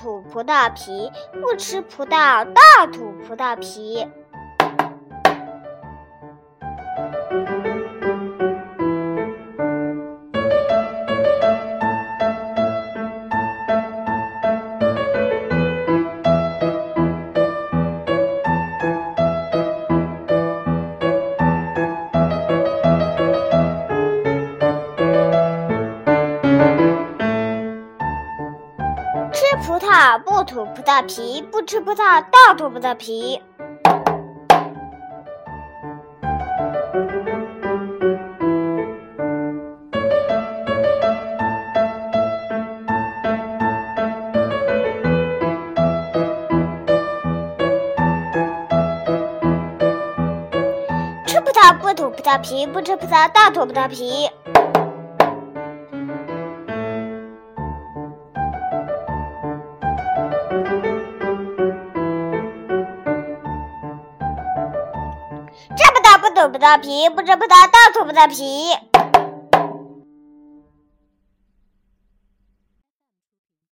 吐葡萄皮，不吃葡萄倒吐葡萄皮。吃葡萄不吐葡萄皮，不吃葡萄倒吐葡萄皮。吃葡萄不吐葡萄皮，不吃葡萄倒吐葡萄皮。吃葡萄不吐葡萄皮，不吃葡萄倒吐葡萄皮。